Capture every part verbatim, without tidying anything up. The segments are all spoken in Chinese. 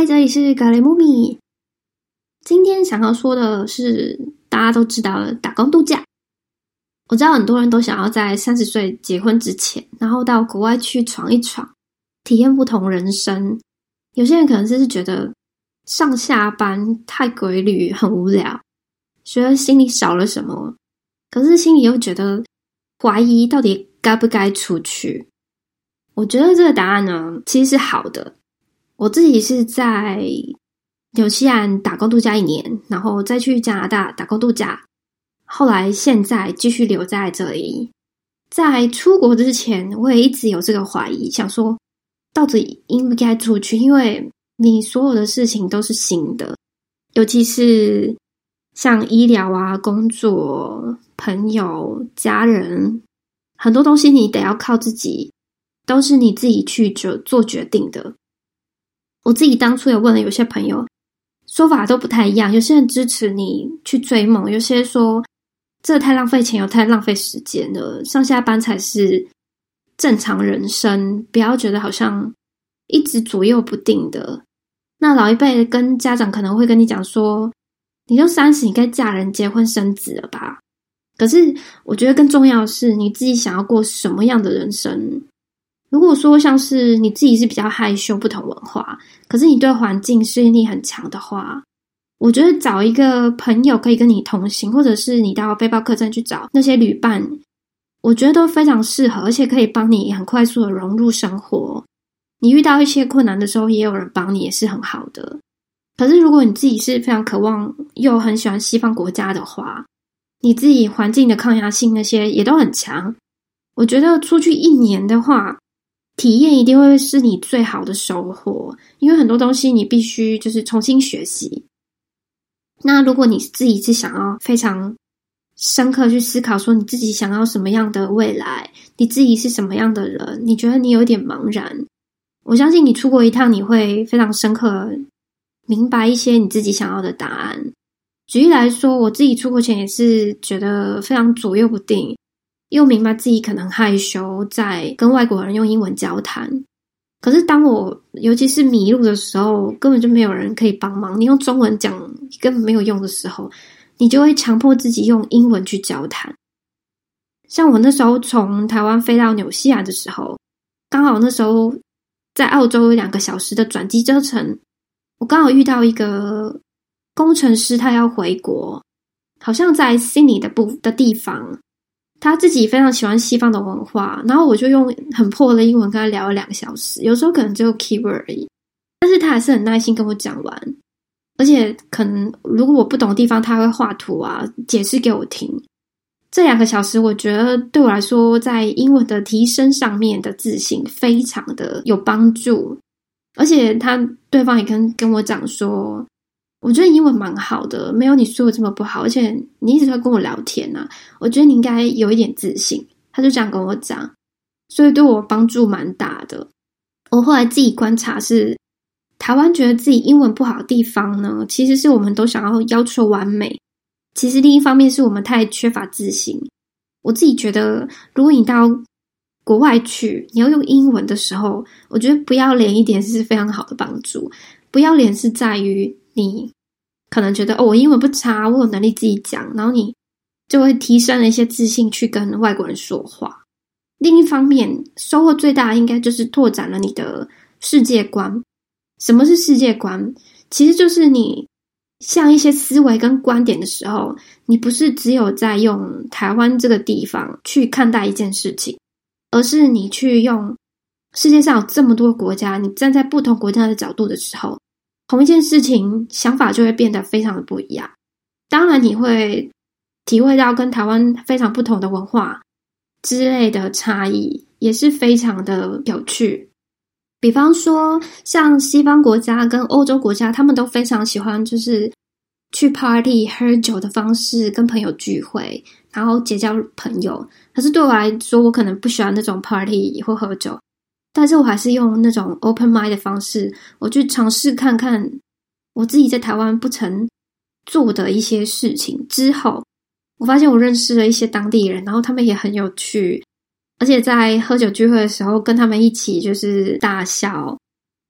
嗨，这里是格雷木米。今天想要说的是大家都知道的打工度假。我知道很多人都想要在三十岁结婚之前，然后到国外去闯一闯，体验不同人生。有些人可能是觉得上下班太规律很无聊，觉得心里少了什么，可是心里又觉得怀疑到底该不该出去。我觉得这个答案呢其实是好的。我自己是在纽西兰打工度假一年，然后再去加拿大打工度假，后来现在继续留在这里。在出国之前我也一直有这个怀疑，想说到底应不应该出去，因为你所有的事情都是新的，尤其是像医疗啊、工作、朋友、家人，很多东西你得要靠自己，都是你自己去做决定的。我自己当初有问了有些朋友，说法都不太一样，有些人支持你去追梦，有些说这太浪费钱又太浪费时间了，上下班才是正常人生，不要觉得好像一直左右不定的。那老一辈跟家长可能会跟你讲说，你都三十，你该嫁人结婚生子了吧。可是我觉得更重要的是你自己想要过什么样的人生。如果说像是你自己是比较害羞不同文化，可是你对环境适应力很强的话，我觉得找一个朋友可以跟你同行，或者是你到背包客栈去找那些旅伴，我觉得都非常适合，而且可以帮你很快速的融入生活。你遇到一些困难的时候也有人帮你，也是很好的。可是如果你自己是非常渴望又很喜欢西方国家的话，你自己环境的抗压性那些也都很强，我觉得出去一年的话，体验一定会是你最好的收获，因为很多东西你必须就是重新学习。那如果你自己是想要非常深刻去思考说你自己想要什么样的未来，你自己是什么样的人，你觉得你有点茫然，我相信你出国一趟你会非常深刻明白一些你自己想要的答案。举例来说，我自己出国前也是觉得非常左右不定，又明白自己可能害羞在跟外国人用英文交谈，可是当我尤其是迷路的时候，根本就没有人可以帮忙，你用中文讲根本没有用的时候，你就会强迫自己用英文去交谈。像我那时候从台湾飞到纽西兰的时候，刚好那时候在澳洲有两个小时的转机车程，我刚好遇到一个工程师，他要回国，好像在悉尼的部的地方，他自己非常喜欢西方的文化，然后我就用很破的英文跟他聊了两个小时，有时候可能只有 keyword 而已，但是他还是很耐心跟我讲完，而且可能如果我不懂的地方他会画图啊解释给我听。这两个小时我觉得对我来说在英文的提升上面的自信非常的有帮助，而且他对方也跟跟我讲说，我觉得英文蛮好的，没有你说的这么不好，而且你一直在跟我聊天啊，我觉得你应该有一点自信。他就这样跟我讲，所以对我帮助蛮大的。我后来自己观察是，台湾觉得自己英文不好的地方呢，其实是我们都想要要求完美，其实另一方面是我们太缺乏自信。我自己觉得如果你到国外去，你要用英文的时候，我觉得不要脸一点是非常好的帮助。不要脸是在于你可能觉得哦，我英文不差，我有能力自己讲，然后你就会提升了一些自信去跟外国人说话。另一方面，收获最大的应该就是拓展了你的世界观。什么是世界观？其实就是你像一些思维跟观点的时候，你不是只有在用台湾这个地方去看待一件事情，而是你去用世界上有这么多国家，你站在不同国家的角度的时候，同一件事情想法就会变得非常的不一样。当然你会体会到跟台湾非常不同的文化之类的差异，也是非常的有趣。比方说像西方国家跟欧洲国家，他们都非常喜欢就是去 party 喝酒的方式跟朋友聚会，然后结交朋友。可是对我来说，我可能不喜欢那种 party 或喝酒，但是我还是用那种 open mind 的方式，我去尝试看看我自己在台湾不曾做的一些事情。之后我发现我认识了一些当地人，然后他们也很有趣，而且在喝酒聚会的时候跟他们一起就是大笑，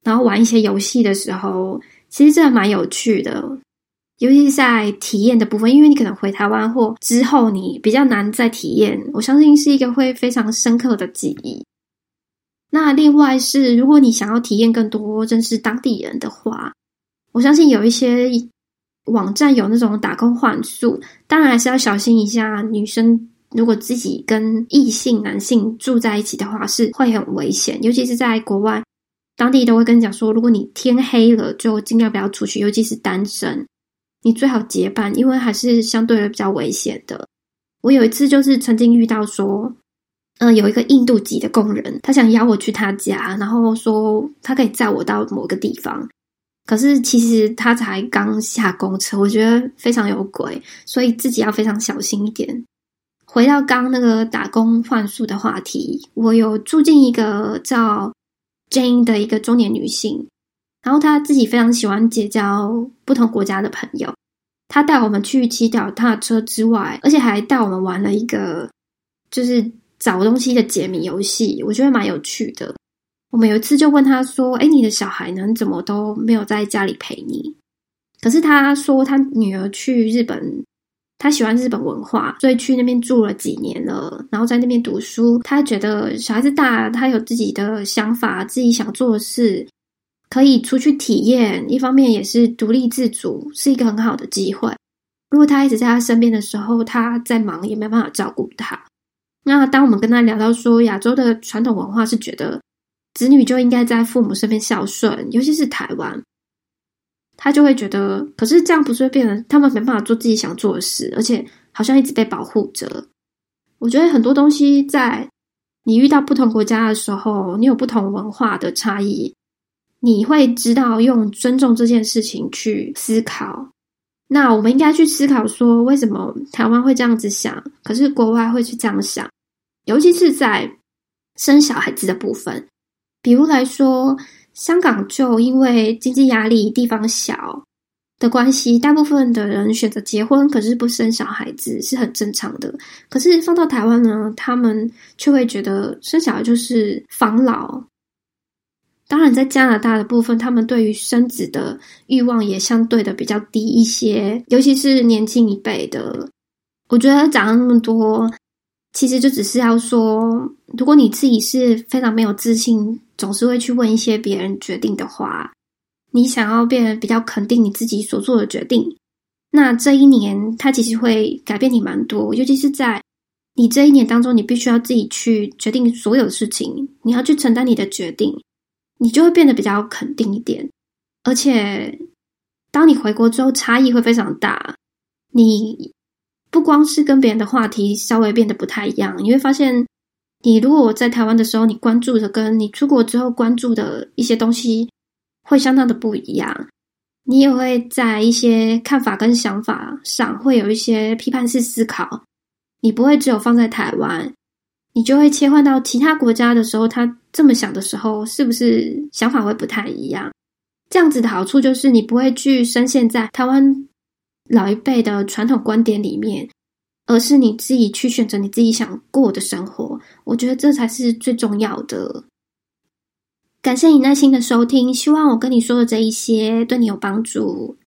然后玩一些游戏的时候，其实真的蛮有趣的。尤其是在体验的部分，因为你可能回台湾或之后你比较难再体验，我相信是一个会非常深刻的记忆。那另外是，如果你想要体验更多认识当地人的话，我相信有一些网站有那种打工换宿，当然还是要小心一下，女生如果自己跟异性男性住在一起的话是会很危险，尤其是在国外，当地都会跟你讲说，如果你天黑了就尽量不要出去，尤其是单身，你最好结伴，因为还是相对的比较危险的。我有一次就是曾经遇到说呃，有一个印度籍的工人，他想邀我去他家，然后说他可以载我到某个地方，可是其实他才刚下公车，我觉得非常有鬼，所以自己要非常小心一点。回到刚那个打工换宿的话题，我有住进一个叫 Jane 的一个中年女性，然后她自己非常喜欢结交不同国家的朋友，她带我们去骑脚踏车之外，而且还带我们玩了一个就是找东西的解谜游戏，我觉得蛮有趣的。我们有一次就问她说，诶，你的小孩呢？你怎么都没有在家里陪你？可是她说她女儿去日本，她喜欢日本文化，所以去那边住了几年了，然后在那边读书。她觉得小孩子大，她有自己的想法，自己想做的事，可以出去体验，一方面也是独立自主，是一个很好的机会。如果她一直在她身边的时候，她在忙也没办法照顾她。那当我们跟她聊到说亚洲的传统文化是觉得子女就应该在父母身边孝顺，尤其是台湾，她就会觉得可是这样不是会变成他们没办法做自己想做的事，而且好像一直被保护着。我觉得很多东西在你遇到不同国家的时候，你有不同文化的差异，你会知道用尊重这件事情去思考。那我们应该去思考说，为什么台湾会这样子想，可是国外会去这样想，尤其是在生小孩子的部分。比如来说，香港就因为经济压力、地方小的关系，大部分的人选择结婚，可是不生小孩子是很正常的。可是放到台湾呢，他们却会觉得生小孩就是防老。当然在加拿大的部分，他们对于生子的欲望也相对的比较低一些，尤其是年轻一辈的。我觉得讲了那么多，其实就只是要说，如果你自己是非常没有自信，总是会去问一些别人决定的话，你想要变得比较肯定你自己所做的决定，那这一年它其实会改变你蛮多，尤其是在你这一年当中，你必须要自己去决定所有的事情，你要去承担你的决定，你就会变得比较肯定一点。而且当你回国之后，差异会非常大，你不光是跟别人的话题稍微变得不太一样，你会发现你如果我在台湾的时候，你关注的跟你出国之后关注的一些东西会相当的不一样，你也会在一些看法跟想法上会有一些批判式思考，你不会只有放在台湾，你就会切换到其他国家的时候，他这么想的时候，是不是想法会不太一样？这样子的好处就是你不会去深陷在台湾老一辈的传统观点里面，而是你自己去选择你自己想过的生活。我觉得这才是最重要的。感谢你耐心的收听，希望我跟你说的这一些对你有帮助。